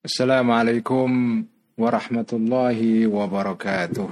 Assalamualaikum warahmatullahi wabarakatuh.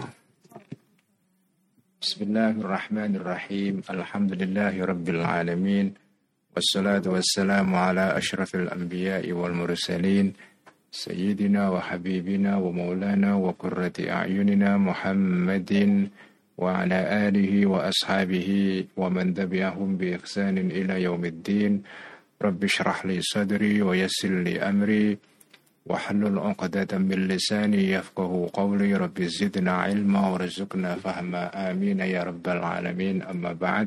Bismillahirrahmanirrahim. Alhamdulillahi rabbil alamin. Wassalatu wassalamu ala ashrafil anbiya'i wal mursalin. Sayyidina wa habibina wa maulana wa qurrati a'yunina Muhammadin wa ala alihi wa ashabihi wa man tabi'ahum bi ihsanin ila yaumiddin. Rabbi shrah li sadri wa yassir li amri. واحلل عقدة من لساني يفقه قولي رب زدنا علما وارزقنا فهما آمين يا رب العالمين. أما بعد,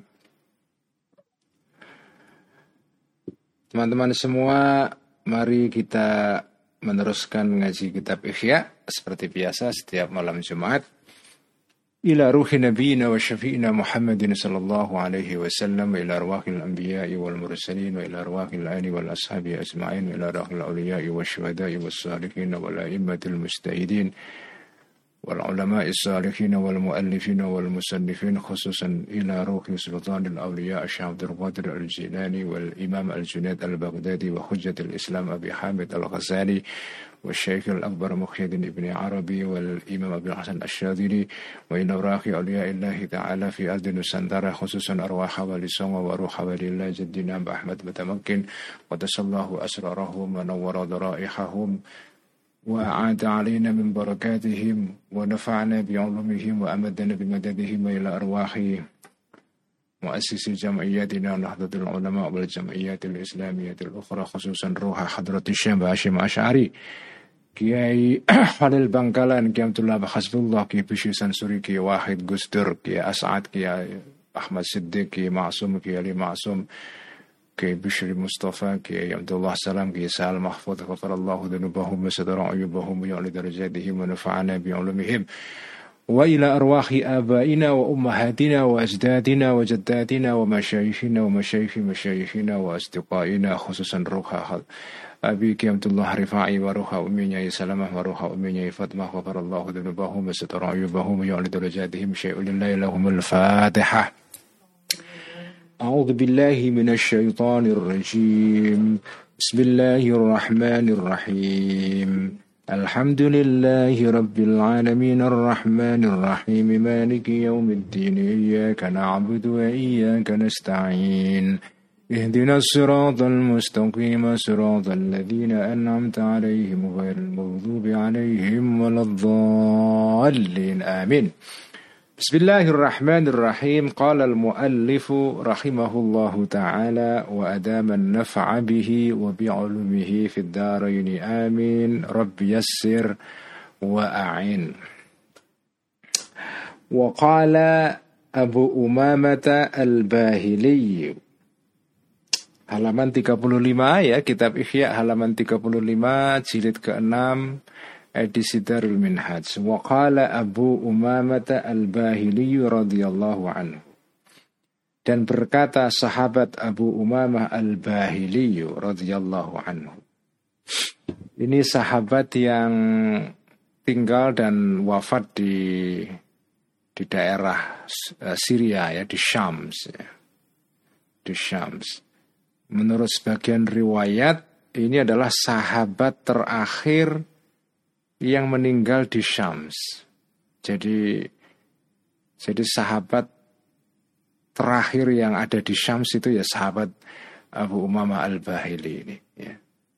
teman-teman semua, mari kita meneruskan ngaji kitab Ihya seperti biasa setiap malam Jumat. Ila ruhi nabiyina wa syafi'ina Muhammadin sallallahu alaihi wasallam, wa ila arwahil anbiya'i wal mursalin, wa ila arwahil ali wal ashabi ajma'in, wa ila arwahil awliya'i wa syuhada'i wa salihin, wa la'immatil mustahidin, wal ulama'i salihin, wal muallifin, wal musannifin, khususan ila ruhi sultanil awliya' Syekh Abdul Qadir al-Jilani, wal imam al-Junaid al-Baghdadi, wa hujjatul Islam Abi Hamid al-Ghazali, والشيخ الأكبر محي الدين ابن عربي والإمام أبي الحسن الشاذلي وإلى أرواح أولياء الله تعالى في أرض نسندرة خصوصا أرواح ولي سما وروح ولي الله جدنا أحمد متمكن قدس الله أسرارهم ونور ضرائحهم وأعاد علينا من بركاتهم ونفعنا بعلومهم وأمدنا بمددهم إلى أرواح مؤسس جمعياتنا نهضة العلماء والجمعيات الإسلامية الأخرى خصوصا روح حضرة الشيخ هاشم أشعري Kiai Khalil Bangkalan, Kiai Abdullah Hasbullah, Kiai Bishri Sansuri, Kiai Wahid Gusdur, Kiai As'ad, Kiai Ahmad Siddiq, Kiai Ma'sum, Kiai Ali Ma'sum, Kiai Bishri Mustafa, Kiai Abdullah Salam, Kiai Sa'al Mahfud, Ghafarallahu dhunubahum wa sadara uyubahum wa ya'li darajatihim wa nafa'ana bi'ulumihim. وإلى أرواح آبائنا وأمهاتنا وأجدادنا وجداتنا ومشايخنا ومشايخ مشايخنا وأصدقائنا خصوصا روح أبيك عبد الله رفاعي وروح أمي سلمة وروح أمي فاطمة غفر الله ذنوبهم وستر عيوبهم ويعلي درجاتهم شيء لله لهم الفاتحة. أعوذ بالله من الشيطان الرجيم. بسم الله الرحمن الرحيم. الحمد لله رب العالمين الرحمن الرحيم مالك يوم الدين إياك نعبد وإياك نستعين اهدنا الصراط المستقيم صراط الذين أنعمت عليهم غير المغضوب عليهم ولا الضالين آمين. Bismillahirrahmanirrahim. Qala al-muallifu rahimahullahu ta'ala wa adama an-naf'a bihi wa bi'ulumihi fid daraini amin. Rabbi yassir wa a'in. Wa qala Abu Umamah al-Bahili, halaman 35 ya, kitab Ihya halaman 35 jilid ke-6 edisi Darul Minhaj. Wa qala Abu Umamah al-Bahili radhiyallahu anhu, dan berkata sahabat Abu Umamah al-Bahili radhiyallahu anhu. Ini sahabat yang tinggal dan wafat di daerah Syria ya, di Syams ya. Di Syams. Menurut sebagian riwayat ini adalah sahabat terakhir yang meninggal di Syams. Jadi sahabat terakhir yang ada di Syams itu ya sahabat Abu Umamah al-Bahili ini ya.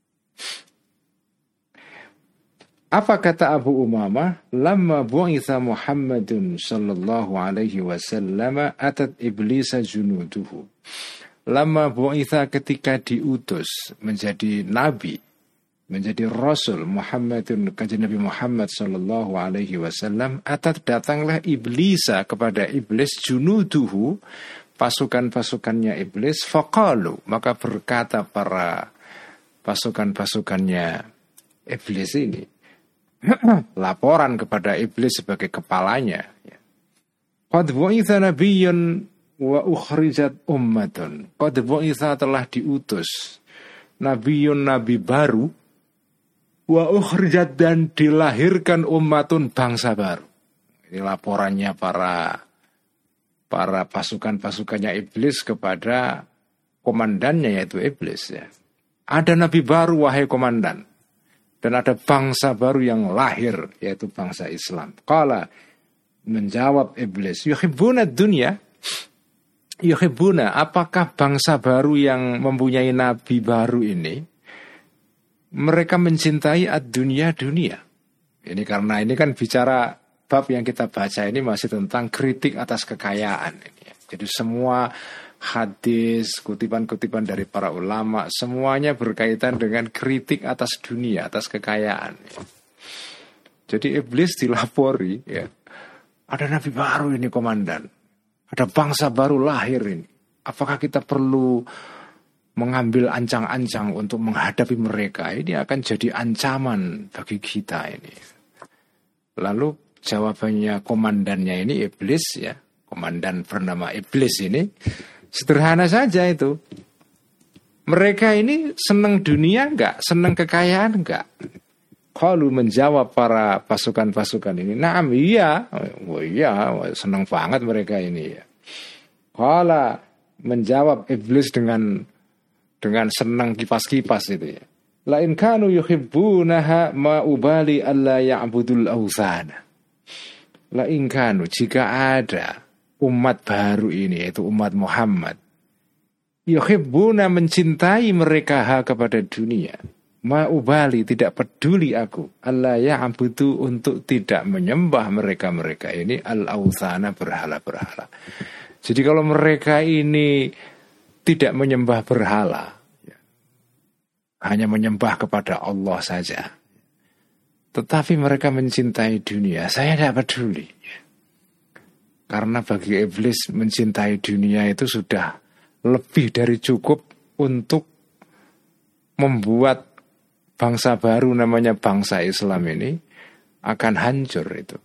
Apa kata Abu Umamah? Lamma bu'itha Muhammadun sallallahu alaihi wasallam atat iblisa junuduhu. Lamma bu'itha, ketika diutus menjadi nabi, menjadi Rasul Muhammadun, kanjeng Nabi Muhammad sallallahu alaihi wasallam, atat, datanglah iblisa kepada iblis, junuduhu, pasukan-pasukannya iblis, faqalu, maka berkata para pasukan-pasukannya iblis ini, laporan kepada iblis sebagai kepalanya, qad bu'itha nabiyyun wa ukhrijat ummatun, qad bu'itha, telah diutus nabiyyun, nabi baru, wa ukhrijat, dan dilahirkan ummatun, bangsa baru. Ini laporannya para pasukan-pasukannya iblis kepada komandannya, yaitu iblis ya. Ada nabi baru wahai komandan, dan ada bangsa baru yang lahir, yaitu bangsa Islam. Qala, menjawab iblis, yuhibbuna dunya, yuhibbuna, apakah bangsa baru yang mempunyai nabi baru ini mereka mencintai ad-dunya, dunia? Ini karena ini kan bicara bab yang kita baca ini masih tentang kritik atas kekayaan ini. Jadi semua hadis, kutipan-kutipan dari para ulama, semuanya berkaitan dengan kritik atas dunia, atas kekayaan. Jadi iblis dilapori, ya, ada nabi baru ini komandan, ada bangsa baru lahir ini. Apakah kita perlu mengambil ancang-ancang untuk menghadapi mereka? Ini akan jadi ancaman bagi kita ini. Lalu jawabannya komandannya ini iblis, ya, komandan bernama iblis ini sederhana saja itu. Mereka ini senang dunia enggak? Senang kekayaan enggak? Kalau menjawab para pasukan-pasukan ini, naam, iya. Oh iya, senang banget mereka ini, ya. Kalau menjawab iblis dengan senang kipas-kipas itu, ya. La in kanu yuhibbunaha ma ubali alla ya'budul awthana. La in kanu, jika ada umat baru ini, yaitu umat Muhammad, yuhibbuna, mencintai mereka kepada dunia, ma ubali, tidak peduli aku, alla ya'budu, untuk tidak menyembah mereka ini al-awthana, berhala-berhala. Jadi kalau mereka ini tidak menyembah berhala, hanya menyembah kepada Allah saja, tetapi mereka mencintai dunia, saya tidak peduli. Karena bagi iblis mencintai dunia itu sudah lebih dari cukup untuk membuat bangsa baru namanya bangsa Islam ini akan hancur itu.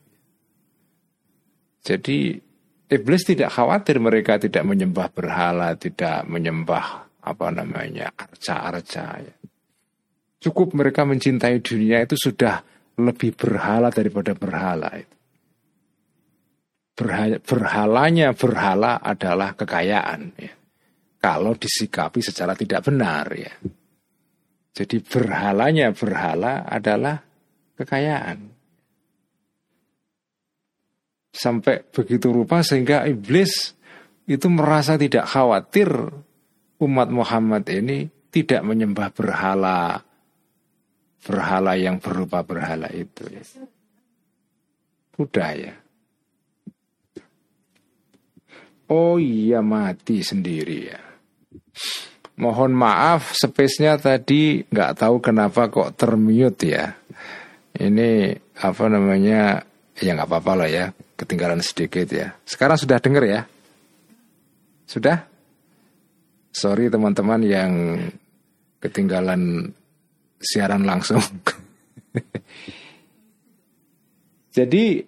Jadi iblis tidak khawatir mereka tidak menyembah berhala, tidak menyembah arca-arca, ya. Cukup mereka mencintai dunia itu sudah lebih berhala daripada berhala itu. Berhalanya berhala adalah kekayaan, ya. Kalau disikapi secara tidak benar, ya. Jadi berhalanya berhala adalah kekayaan. Sampai begitu rupa sehingga iblis itu merasa tidak khawatir umat Muhammad ini tidak menyembah berhala yang berupa berhala itu, ya. Budaya. Oh iya, mati sendiri, ya. Mohon maaf, space-nya tadi nggak tahu kenapa kok termute, ya. Ini ya nggak apa-apa lah, ya, ketinggalan sedikit, ya. Sekarang sudah dengar, ya? Sudah? Sorry teman-teman yang ketinggalan siaran langsung. Jadi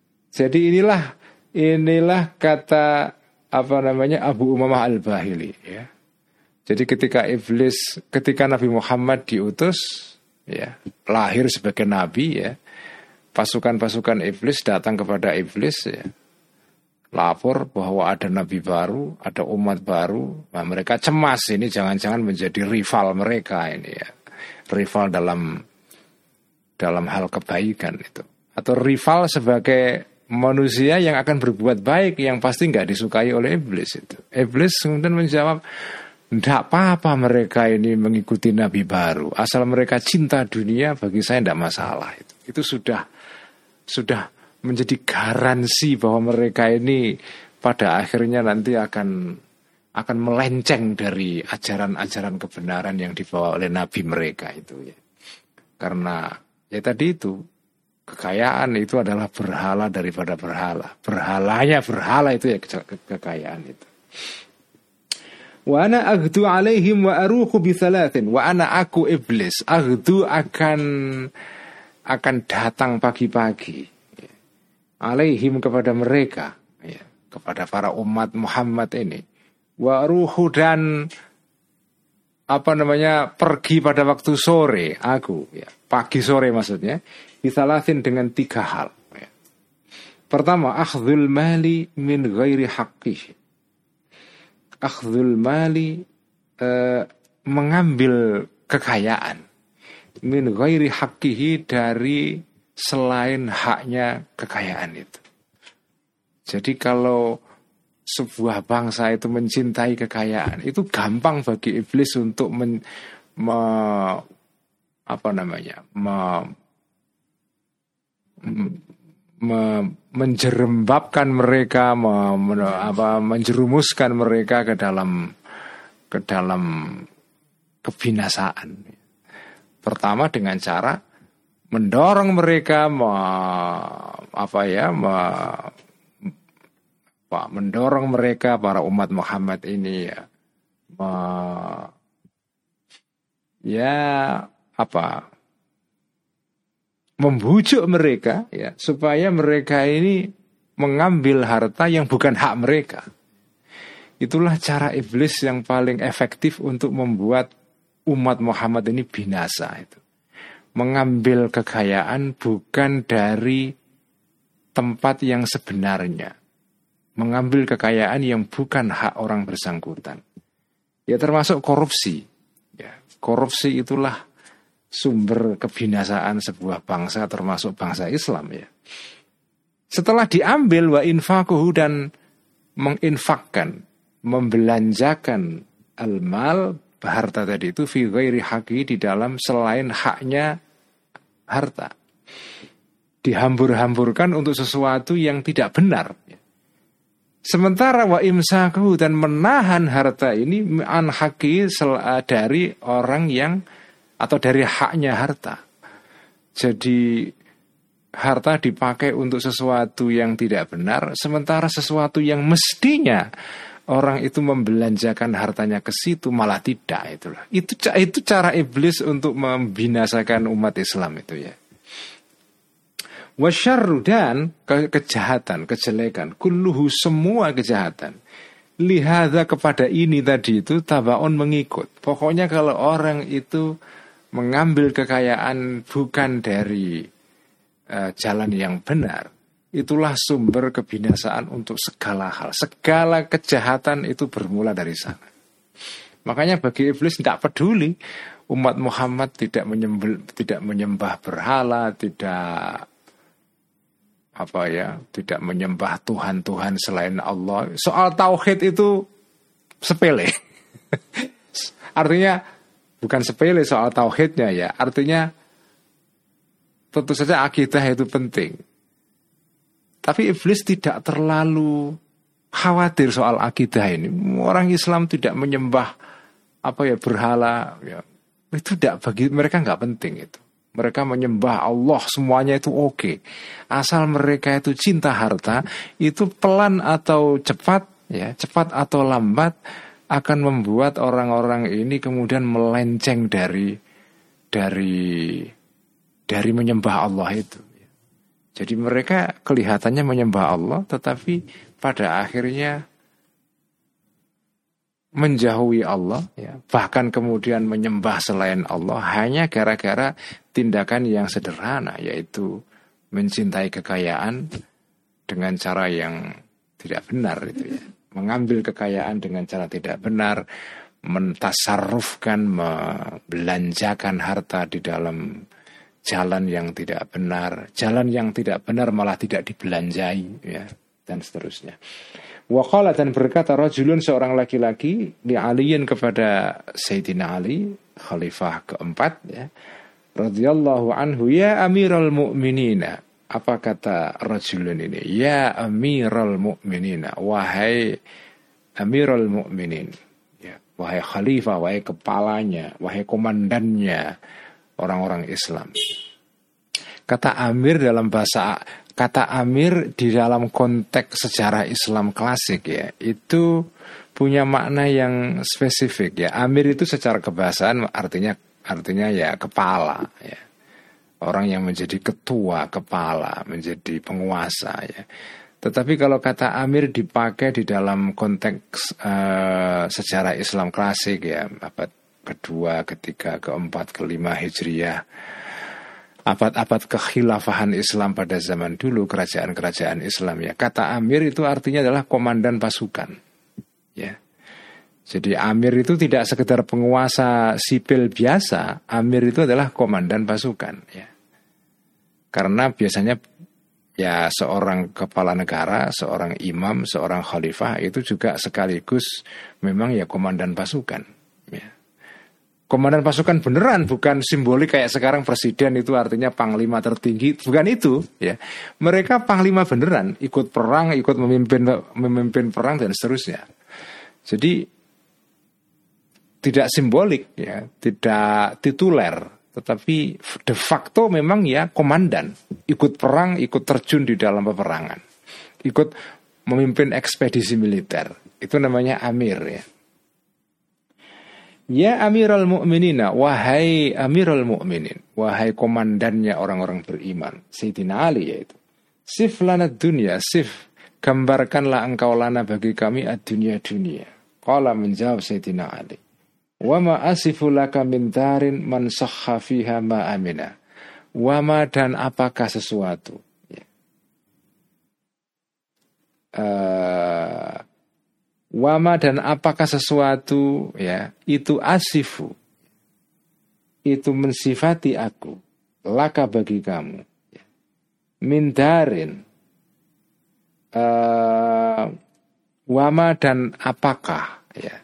inilah kata Abu Umamah Al-Bahili, ya. Jadi ketika Nabi Muhammad diutus, ya, lahir sebagai nabi, ya, pasukan-pasukan iblis datang kepada iblis, ya, lapor bahwa ada nabi baru, ada umat baru. Nah, mereka cemas ini jangan-jangan menjadi rival mereka ini, ya. Rival dalam hal kebaikan itu, atau rival sebagai manusia yang akan berbuat baik yang pasti nggak disukai oleh iblis itu. Iblis kemudian menjawab, tidak apa-apa mereka ini mengikuti nabi baru, asal mereka cinta dunia, bagi saya tidak masalah. Itu sudah menjadi garansi bahwa mereka ini pada akhirnya nanti akan melenceng dari ajaran-ajaran kebenaran yang dibawa oleh nabi mereka itu, ya. Karena ya tadi itu, kekayaan itu adalah berhala daripada berhala. Berhalanya berhala itu, ya, kekayaan itu. Wa ana aghdu alaihim wa aruhu bi thalathin. Wa ana, aku iblis, aghdu akan datang pagi-pagi, ya, alaihim kepada mereka, ya, kepada para umat Muhammad ini. Wa ruhu, dan pergi pada waktu sore, aku, ya, pagi sore maksudnya, bisalasin, dengan 3 hal, ya. Pertama, akhdhul mali min ghairi haqqih. Akhdhul mali, mengambil kekayaan min ghairi haqqihi, dari selain haknya kekayaan itu. Jadi kalau sebuah bangsa itu mencintai kekayaan, itu gampang bagi iblis untuk menjerembabkan mereka, menjerumuskan mereka ke dalam kebinasaan. Pertama dengan cara mendorong mereka mendorong mereka para umat Muhammad ini membujuk mereka ya supaya mereka ini mengambil harta yang bukan hak mereka. Itulah cara iblis yang paling efektif untuk membuat umat Muhammad ini binasa itu. Mengambil kekayaan bukan dari tempat yang sebenarnya. Mengambil kekayaan yang bukan hak orang bersangkutan. Ya termasuk korupsi. Ya, korupsi itulah sumber kebinasaan sebuah bangsa, termasuk bangsa Islam ya. Setelah diambil wa infaquhu, dan menginfakkan, membelanjakan al-mal, harta tadi itu fi ghairi haqqi, di dalam selain haknya harta. Dihambur-hamburkan untuk sesuatu yang tidak benar. Sementara wa imsakuhu, dan menahan harta ini an haqqi, dari orang yang atau dari haknya harta. Jadi harta dipakai untuk sesuatu yang tidak benar, sementara sesuatu yang mestinya orang itu membelanjakan hartanya ke situ malah tidak. Itu cara iblis untuk membinasakan umat Islam itu ya. Wasyarru, dan kejahatan, kejelekan, kulluhu, semua kejahatan, lihada, kepada ini tadi itu, tabaun, mengikut. Pokoknya kalau orang itu mengambil kekayaan bukan dari jalan yang benar, itulah sumber kebinasaan untuk segala hal. Segala kejahatan itu bermula dari sana. Makanya bagi iblis tidak peduli umat Muhammad tidak menyembah berhala, tidak menyembah Tuhan selain Allah. Soal tauhid itu sepele. Artinya bukan sepele soal tauhidnya ya. Artinya tentu saja akidah itu penting. Tapi iblis tidak terlalu khawatir soal akidah ini. Orang Islam tidak menyembah berhala ya. Itu tidak, bagi mereka nggak penting itu. Mereka menyembah Allah, semuanya itu oke. Asal mereka itu cinta harta, itu pelan atau cepat atau lambat akan membuat orang-orang ini kemudian melenceng dari menyembah Allah itu. Jadi mereka kelihatannya menyembah Allah, tetapi pada akhirnya menjauhi Allah ya. Bahkan kemudian menyembah selain Allah hanya gara-gara tindakan yang sederhana, yaitu mencintai kekayaan dengan cara yang tidak benar itu ya. Mengambil kekayaan dengan cara tidak benar, mentasarrufkan, membelanjakan harta di dalam jalan yang tidak benar. Jalan yang tidak benar malah tidak dibelanjai ya, dan seterusnya. Wa qala, dan berkata rajulun, seorang laki-laki, li Aliyin, kepada Sayyidina Ali, khalifah keempat ya, radhiyallahu anhu, ya Amirul Mukminina. Apa kata rajulun ini? Ya Amirul Mukminina, wahai Amirul Mukminin ya, wahai khalifah, wahai kepalanya, wahai komandannya orang-orang Islam. Kata Amir dalam bahasa, kata Amir di dalam konteks sejarah Islam klasik ya, itu punya makna yang spesifik ya. Amir itu secara kebahasaan artinya ya kepala ya. Orang yang menjadi ketua, kepala, menjadi penguasa ya. Tetapi kalau kata Amir dipakai di dalam konteks sejarah Islam klasik ya, abad kedua, ketiga, keempat, kelima Hijriyah, abad-abad kekhilafahan Islam pada zaman dulu, kerajaan-kerajaan Islam ya. Kata Amir itu artinya adalah komandan pasukan ya. Jadi amir itu tidak sekedar penguasa sipil biasa, amir itu adalah komandan pasukan ya. Karena biasanya ya seorang kepala negara, seorang imam, seorang khalifah itu juga sekaligus memang ya komandan pasukan ya. Komandan pasukan beneran, bukan simbolik kayak sekarang presiden itu artinya panglima tertinggi, bukan itu ya. Mereka panglima beneran, ikut perang, ikut memimpin perang dan seterusnya. Jadi tidak simbolik ya, tidak tituler, tetapi de facto memang ya komandan, ikut perang, ikut terjun di dalam peperangan, ikut memimpin ekspedisi militer. Itu namanya amir ya. Ya Amirul Mukminin, wahai Amirul Mukminin, wahai komandannya orang-orang beriman, Sayyidina Ali yaitu. Sif lana dunya, sif, gambarkanlah engkau lana bagi kami ad-dunya dunia. Qala menjawab Sayyidina Ali. Wa ma asifu laka min darin man sahha fiha ma amina. Wa ma dan apakah sesuatu ya. Wama dan apakah sesuatu ya itu asifu, itu mensifati aku, laka bagi kamu ya. Mindarin wama dan apakah ya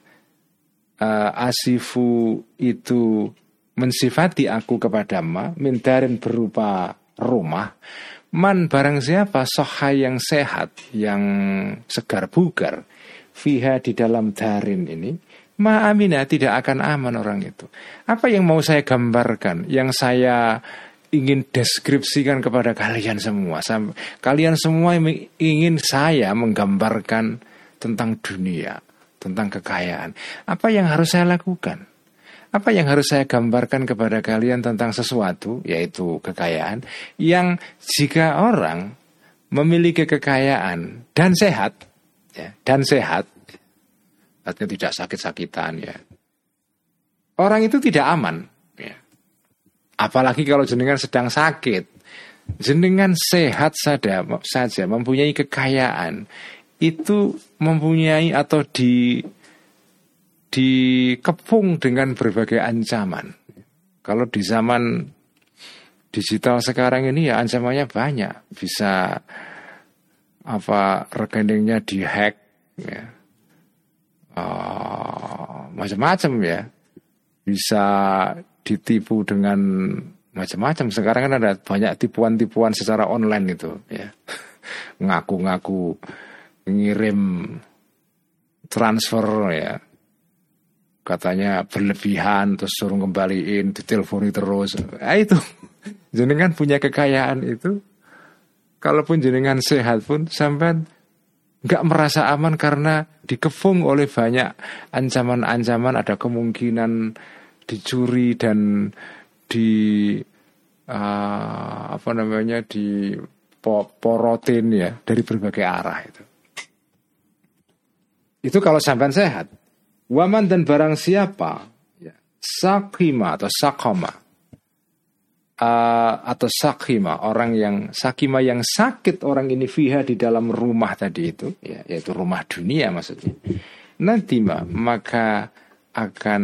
asifu itu mensifati aku kepada ma, mindarin berupa rumah, man barang siapa soha yang sehat, yang segar bugar, fiha di dalam darin ini, ma'amina tidak akan aman orang itu. Apa yang mau saya gambarkan, yang saya ingin deskripsikan kepada kalian semua. Kalian semua ingin saya menggambarkan tentang dunia, tentang kekayaan. Apa yang harus saya lakukan? Apa yang harus saya gambarkan kepada kalian tentang sesuatu, yaitu kekayaan, yang jika orang memiliki kekayaan dan sehat, ya, dan sehat, artinya tidak sakit-sakitan ya. Orang itu tidak aman ya. Apalagi kalau jenengan sedang sakit. Jenengan sehat saja mempunyai kekayaan, itu mempunyai atau dikepung dengan berbagai ancaman. Kalau di zaman digital sekarang ini ya ancamannya banyak. Bisa rekeningnya dihack ya, macam-macam ya, bisa ditipu dengan macam-macam. Sekarang kan ada banyak tipuan-tipuan secara online itu ya, ngaku-ngaku ngirim transfer ya, katanya berlebihan terus suruh kembaliin, diteleponi terus. Itu jenengan punya kekayaan itu, kalaupun jenengan sehat pun sampai nggak merasa aman karena dikepung oleh banyak ancaman-ancaman. Ada kemungkinan dicuri dan diporotin ya dari berbagai arah itu. Itu kalau sampean sehat. Waman dan barang siapa ya, sakima atau sakoma atau sakhima, orang yang sakima yang sakit orang ini fiha di dalam rumah tadi itu ya, yaitu rumah dunia maksudnya, nanti maka akan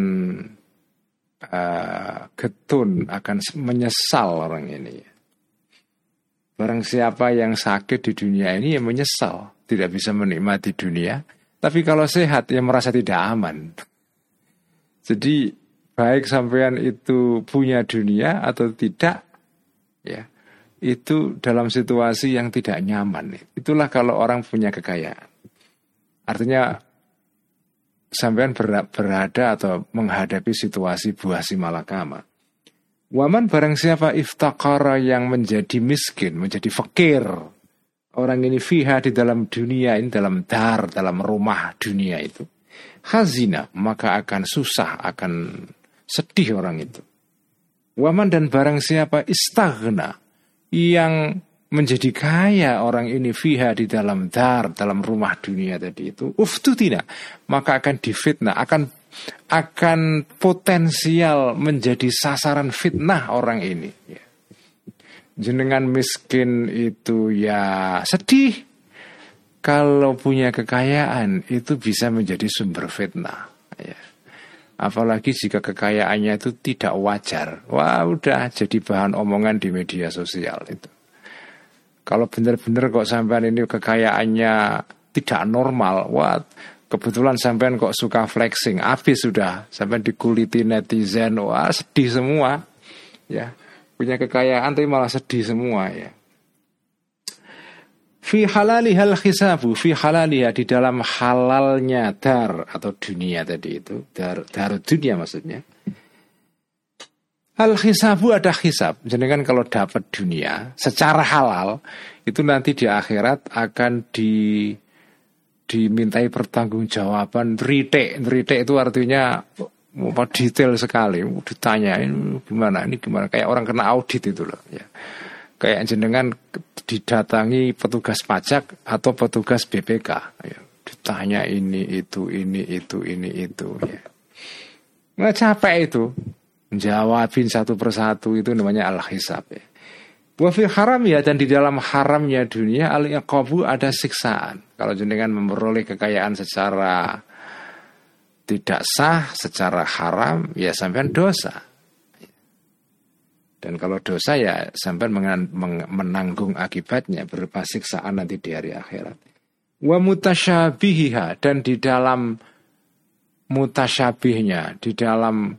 getun, akan menyesal orang ini ya. Barang siapa yang sakit di dunia ini ya menyesal, tidak bisa menikmati dunia. Tapi kalau sehat ya merasa tidak aman. Jadi baik sampean itu punya dunia atau tidak, ya itu dalam situasi yang tidak nyaman. Itulah kalau orang punya kekayaan. Artinya sampean berada atau menghadapi situasi buah si malakama. Waman barang siapa iftaqara yang menjadi miskin, menjadi fakir. Orang ini fiha di dalam dunia ini, dalam rumah dunia itu. Khazina, maka akan susah, akan sedih orang itu. Waman dan barang siapa istaghna yang menjadi kaya orang ini fiha di dalam rumah dunia tadi itu, uftutina, maka akan difitnah, akan potensial menjadi sasaran fitnah orang ini. Jenengan miskin itu ya sedih. Kalau punya kekayaan itu bisa menjadi sumber fitnah. ya. Apalagi jika kekayaannya itu tidak wajar. Wah, udah jadi bahan omongan di media sosial itu. Kalau benar-benar kok sampean ini kekayaannya tidak normal, wah, kebetulan sampean kok suka flexing, habis sudah, sampean dikuliti netizen, wah sedih semua, ya, punya kekayaan tapi malah sedih semua, ya. Fi halalihal khisabu, fi halaliha, di dalam halalnya dar atau dunia tadi itu, dar dunia maksudnya. Al khisabu ada hisab. Jadi kan kalau dapat dunia secara halal itu nanti di akhirat akan dimintai pertanggungjawaban ritek itu artinya detail sekali, ditanyain gimana kayak orang kena audit itu loh, ya. Kayak jenengan didatangi petugas pajak atau petugas BPK, ya. Ditanya ini itu ya. Nggak capek itu, jawabin satu persatu, itu namanya al-hisab, ya. Wa fi haram, ya, dan di dalam haramnya dunia al-iqabu, ada siksaan. Kalau jenengan memperoleh kekayaan secara tidak sah, secara haram, ya sampean dosa. Dan kalau dosa, ya sampean menanggung akibatnya berupa siksaan nanti di hari akhirat. Wa mutasyabihiha, dan di dalam mutasyabihnya, di dalam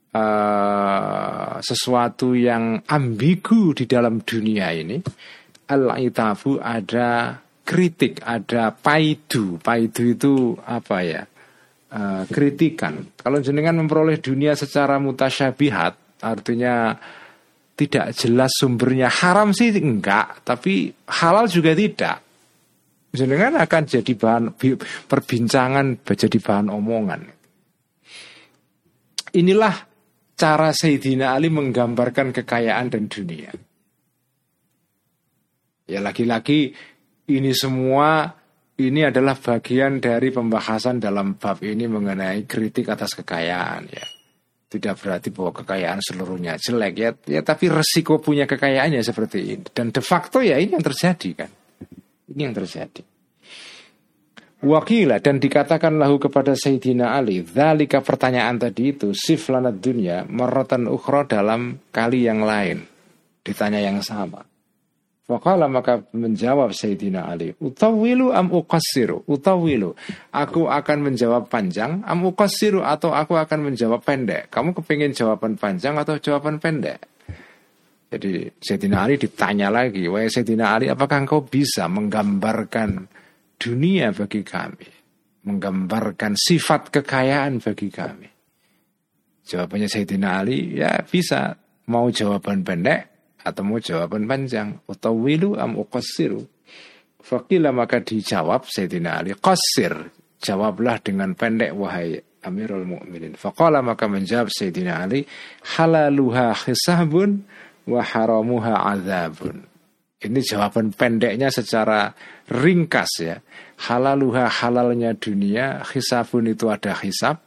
sesuatu yang ambigu di dalam dunia ini, al-itafu, ada kritik, ada paidu itu apa ya, kritikan. Kalau jenengan memperoleh dunia secara mutasyabihat, artinya tidak jelas sumbernya, haram sih enggak, tapi halal juga tidak, jenengan akan jadi bahan perbincangan, jadi bahan omongan. Inilah cara Sayyidina Ali menggambarkan kekayaan dan dunia. Ya, lagi-lagi ini semua ini adalah bagian dari pembahasan dalam bab ini mengenai kritik atas kekayaan, ya. Tidak berarti bahwa kekayaan seluruhnya jelek, ya, tapi resiko punya kekayaan ya seperti ini. Dan de facto ya ini yang terjadi kan. Ini yang terjadi. Wakila, dan dikatakan lahu kepada Sayyidina Ali, dzalika, pertanyaan tadi itu, siflanad dunya marratan ukhra, dalam kali yang lain ditanya yang sama. Faqala, maka menjawab Sayyidina Ali, utawilu am uqassiru, utawilu, aku akan menjawab panjang, am uqassiru, atau aku akan menjawab pendek. Kamu kepingin jawaban panjang atau jawaban pendek? Jadi Sayyidina Ali ditanya lagi, wahai Sayyidina Ali, apakah engkau bisa menggambarkan dunia bagi kami, menggambarkan sifat kekayaan bagi kami? Jawabannya Sayyidina Ali, ya bisa, mau jawaban pendek atau mau jawaban panjang, utawilu am uqassiru. Faqila, maka dijawab Sayyidina Ali, qassir, jawablah dengan pendek wahai Amirul Mukminin. Faqala, maka menjawab Sayyidina Ali, halaluha hisabun wa haramuha azabun. Ini jawaban pendeknya secara ringkas, ya. Halaluha, halalnya dunia, hisabun itu ada hisab,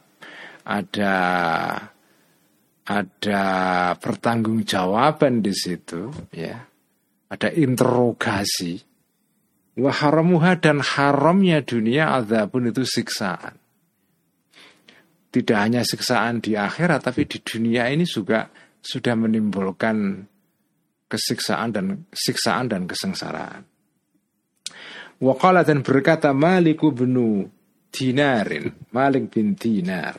ada pertanggungjawaban di situ, ya. Ada interogasi. Wa haramuha, dan haramnya dunia, azabun itu siksaan. Tidak hanya siksaan di akhirat, tapi di dunia ini juga sudah menimbulkan siksaan dan kesengsaraan. Wa qala, dan berkata Malik bin Dinar.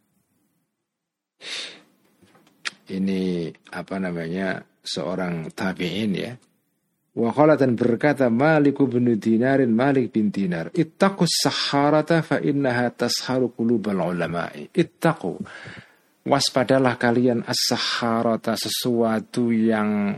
Ini seorang tabi'in, ya. Wa qala, dan berkata Malik bin Dinar, ittaqus sahharata fa innaha tasharu qulubal ulama'i. Ittaqu, waspadalah kalian as-sahharata, sesuatu yang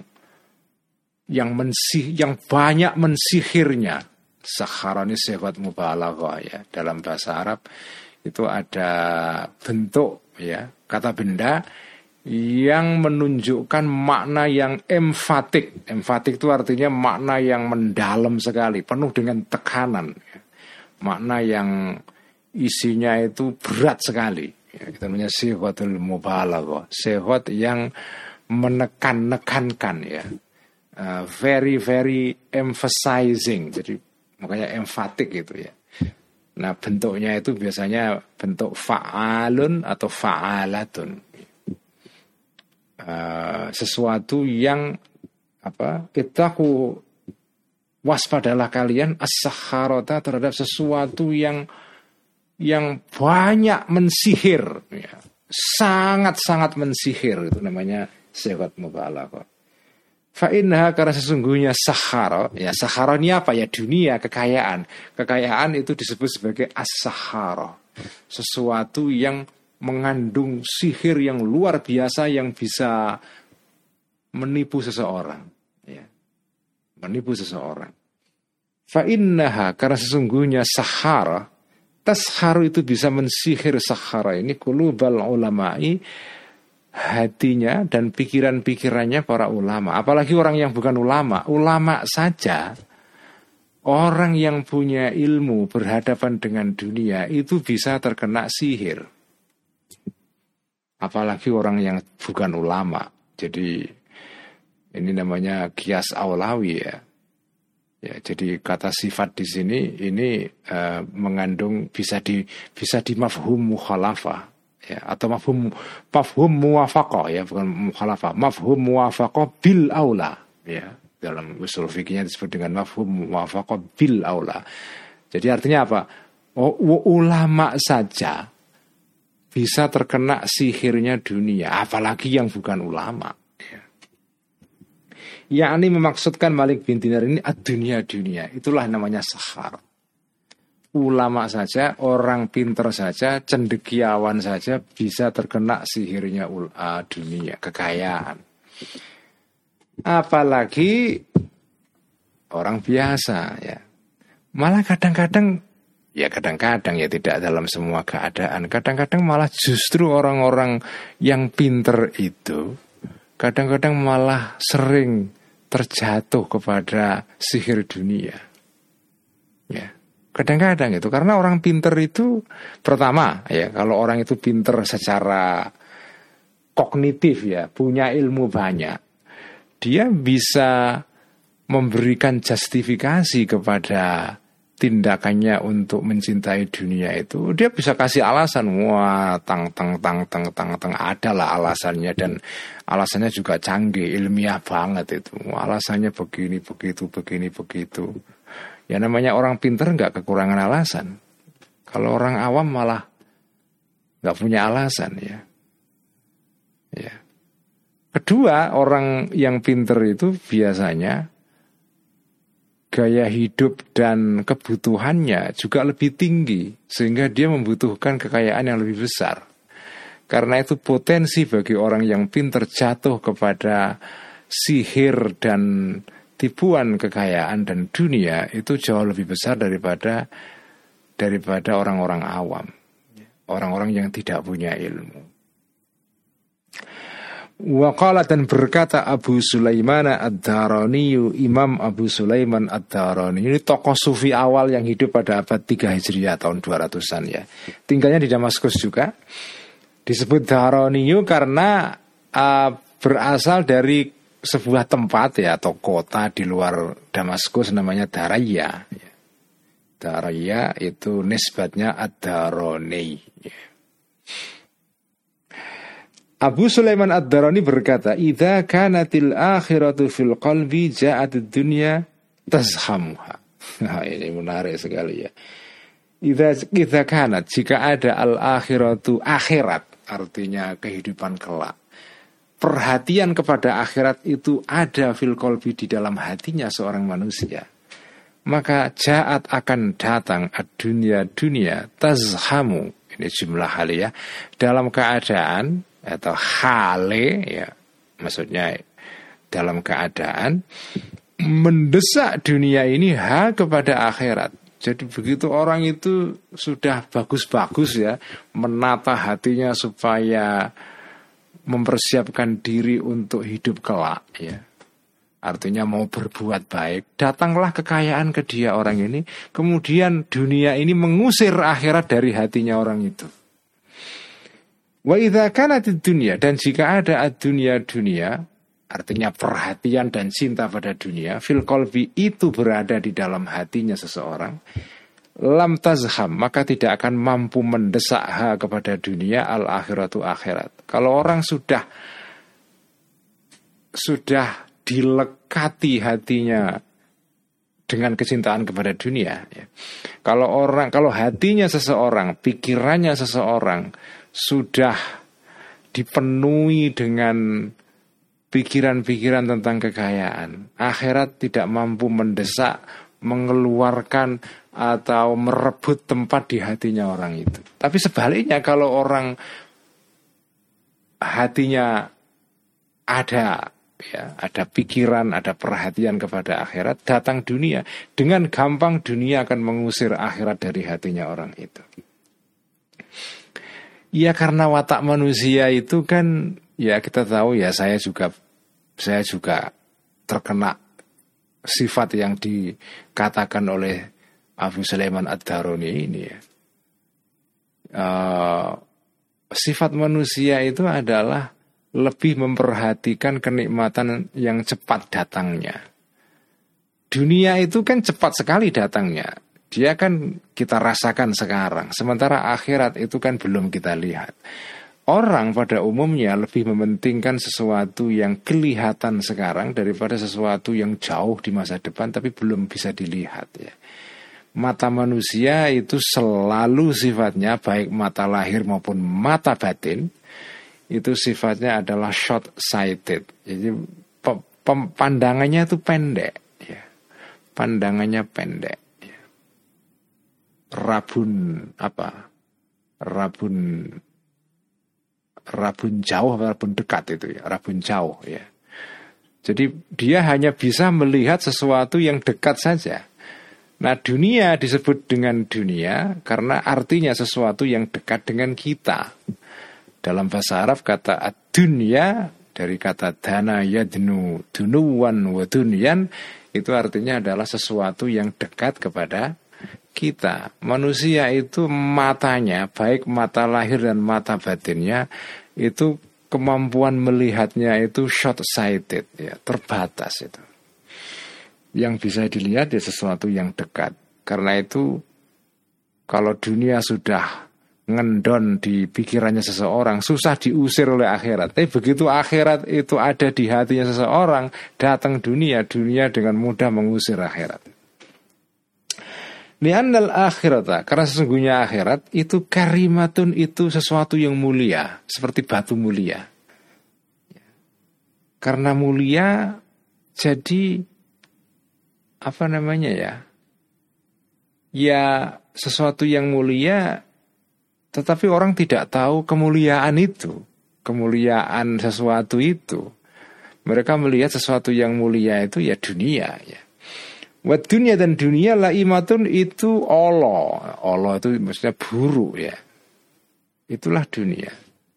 banyak mensihirnya. Sahara ini sifat mubalaghah, ya. Dalam bahasa Arab itu ada bentuk, ya, kata benda yang menunjukkan makna yang emfatik. Emfatik itu artinya makna yang mendalam sekali, penuh dengan tekanan, ya. Makna yang isinya itu berat sekali, ya. Kita namanya sifatul mubalaghah, sifat yang menekan-nekankan, ya. Very very emphasizing. Jadi makanya emfatik itu, ya. Nah, bentuknya itu biasanya bentuk fa'alun atau fa'alatun. Sesuatu yang ittaqu, waspadalah kalian as-sakharata terhadap sesuatu yang banyak mensihir, ya. Sangat-sangat mensihir, itu namanya sigat mubalaghah. Fa innaha, karena sesungguhnya sahara, ya sahara ini apa ya, dunia, kekayaan. Kekayaan itu disebut sebagai as-sahara. Sesuatu yang mengandung sihir yang luar biasa yang bisa menipu seseorang, ya. Menipu seseorang. Fa innaha, karena sesungguhnya sahara, tasharu itu bisa mensihir sahara ini qulubal ulama'i, hatinya dan pikiran-pikirannya para ulama. Apalagi orang yang bukan ulama. Ulama saja, orang yang punya ilmu berhadapan dengan dunia itu bisa terkena sihir. Apalagi orang yang bukan ulama. Jadi ini namanya qiyas aulawi, ya. Ya, jadi kata sifat di sini ini mengandung bisa di mafhum mukhalafah, ya, atau mafhum muwafaqah, ya, bukan mukhalafah, mafhum muwafaqah bil aula, ya. Dalam usul fikihnya disebut dengan mafhum muwafaqah bil aula. Jadi artinya apa? Ulama saja bisa terkena sihirnya dunia, apalagi yang bukan ulama, ya. Yakni memaksudkan Malik bin Dinar ini dunia, itulah namanya sahar. Ulama saja, orang pinter saja, cendekiawan saja bisa terkena sihirnya dunia, kekayaan. Apalagi orang biasa, ya. Malah kadang-kadang ya tidak dalam semua keadaan. Kadang-kadang malah justru orang-orang yang pinter itu kadang-kadang malah sering terjatuh kepada sihir dunia, ya. Kadang-kadang itu karena orang pinter itu, pertama, ya, kalau orang itu pinter secara kognitif, ya, punya ilmu banyak, dia bisa memberikan justifikasi kepada tindakannya untuk mencintai dunia itu. Dia bisa kasih alasan, wah, adalah alasannya, dan alasannya juga canggih, ilmiah banget itu. Alasannya begini, begitu. Ya namanya orang pinter nggak kekurangan alasan. Kalau orang awam malah nggak punya alasan, ya. Ya. Kedua, orang yang pinter itu biasanya gaya hidup dan kebutuhannya juga lebih tinggi, sehingga dia membutuhkan kekayaan yang lebih besar. Karena itu potensi bagi orang yang pintar jatuh kepada sihir dan tipuan kekayaan dan dunia itu jauh lebih besar daripada orang-orang awam, orang-orang yang tidak punya ilmu. Waqala, dan berkata Abu Sulaiman Ad-Darani, Imam Abu Sulaiman Ad-Darani ini tokoh sufi awal yang hidup pada abad 3 Hijriah, tahun 200-an, ya. Tinggalnya di Damaskus juga. Disebut Darani karena berasal dari sebuah tempat, ya, atau kota di luar Damaskus namanya Daraya. Daraya itu nisbatnya Ad-Darani, ya. Abu Sulaiman Ad-Darani berkata, "Idza kanatil akhiratu fil qalbi ja'atid dunya tazhamuha." Nah, ini menarik sekali, ya. Idza kanat, jika ada al-akhiratu, akhirat, artinya kehidupan kelak. Perhatian kepada akhirat itu ada fil qalbi, di dalam hatinya seorang manusia. Maka ja'at, akan datang ad-dunya, dunia, tazhamu. Ini jumlah hal, ya. Dalam keadaan atau hale, ya, maksudnya dalam keadaan mendesak dunia ini kepada akhirat. Jadi begitu orang itu sudah bagus-bagus, ya, menata hatinya supaya mempersiapkan diri untuk hidup kelak, ya, artinya mau berbuat baik, datanglah kekayaan ke dia orang ini, kemudian dunia ini mengusir akhirat dari hatinya orang itu. Wa idza kanatid dunya, dan jika ada ad-dunya, dunia, artinya perhatian dan cinta pada dunia, fil qalbi, itu berada di dalam hatinya seseorang, lam tazham, maka tidak akan mampu mendesak kepada dunia al akhiratu akhirat. Kalau orang sudah dilekati hatinya dengan kecintaan kepada dunia, ya. Kalau hatinya seseorang, pikirannya seseorang sudah dipenuhi dengan pikiran-pikiran tentang kekayaan, akhirat tidak mampu mendesak, mengeluarkan atau merebut tempat di hatinya orang itu. Tapi sebaliknya, kalau orang hatinya ada pikiran, ada perhatian kepada akhirat, datang dunia, dengan gampang dunia akan mengusir akhirat dari hatinya orang itu. Ya, karena watak manusia itu kan, ya kita tahu ya, saya juga terkena sifat yang dikatakan oleh Abu Sulaiman Ad-Darani ini, ya. Sifat manusia itu adalah lebih memperhatikan kenikmatan yang cepat datangnya. Dunia itu kan cepat sekali datangnya. Dia kan kita rasakan sekarang. Sementara akhirat itu kan belum kita lihat. Orang pada umumnya lebih mementingkan sesuatu yang kelihatan sekarang daripada sesuatu yang jauh di masa depan tapi belum bisa dilihat, ya. Mata manusia itu selalu sifatnya, baik mata lahir maupun mata batin, itu sifatnya adalah short sighted. Jadi pandangannya itu pendek, ya. Pandangannya pendek, ya. Rabun jauh atau rabun dekat itu, ya. Rabun jauh, ya. Jadi dia hanya bisa melihat sesuatu yang dekat saja. Nah, dunia disebut dengan dunia karena artinya sesuatu yang dekat dengan kita. Dalam bahasa Arab kata ad-dunya dari kata dana yadnu, dunuwan wa dunyan, itu artinya adalah sesuatu yang dekat kepada kita. Manusia itu matanya, baik mata lahir dan mata batinnya, itu kemampuan melihatnya itu short sighted, ya, terbatas itu. Yang bisa dilihat ya sesuatu yang dekat. Karena itu kalau dunia sudah ngendon di pikirannya seseorang, susah diusir oleh akhirat. Tapi begitu akhirat itu ada di hatinya seseorang, datang dunia dengan mudah mengusir akhirat. Li'annal akhirata, karena sesungguhnya akhirat itu karimatun, itu sesuatu yang mulia, seperti batu mulia. Karena mulia, jadi ya sesuatu yang mulia, tetapi orang tidak tahu kemuliaan itu, kemuliaan sesuatu itu. Mereka melihat sesuatu yang mulia itu ya dunia, ya. Wa dunia, dan dunia laimatun itu Allah itu maksudnya buruk, ya. Itulah dunia.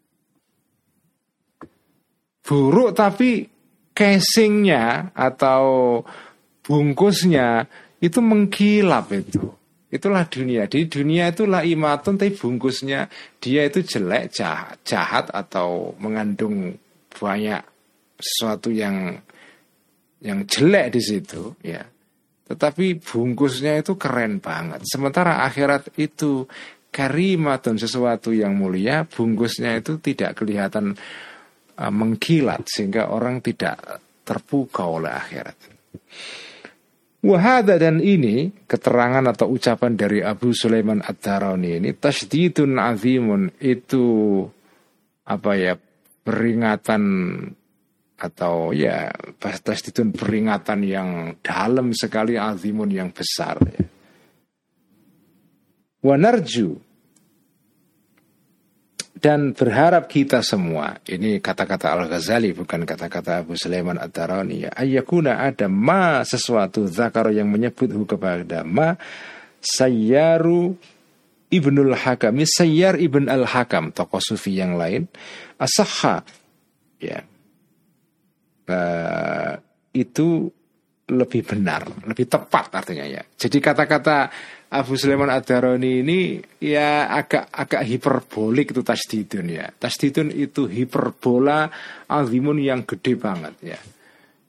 Buruk tapi casingnya atau bungkusnya itu mengkilap itu. Itulah dunia. Di dunia itu laimatun, tapi bungkusnya dia itu jelek, jahat atau mengandung banyak sesuatu yang jelek di situ, ya. Tetapi bungkusnya itu keren banget. Sementara akhirat itu karimatun, sesuatu yang mulia, bungkusnya itu tidak kelihatan mengkilat sehingga orang tidak terpukau oleh akhirat. Wahada, dan ini keterangan atau ucapan dari Abu Sulaiman Ad-Darani ini tasydidun azimun, itu peringatan atau ya tasydidun, peringatan yang dalam sekali, azimun yang besar, ya. Wa narju, dan berharap kita semua, ini kata-kata Al-Ghazali bukan kata-kata Abu Sulaiman Ad-Darani, ya, ayyakuna ada ma, sesuatu zakar yang menyebut kepada ma Sayyaru Ibnul Hakam, Sayyar Ibn Al-Hakam, tokoh sufi yang lain, asahha, ya, itu lebih benar, lebih tepat artinya, ya. Jadi kata-kata Abu Sulaiman Ad-Darani ini ya agak hiperbolik itu tasdidun, ya. Tasdidun itu hiperbola azimun yang gede banget, ya.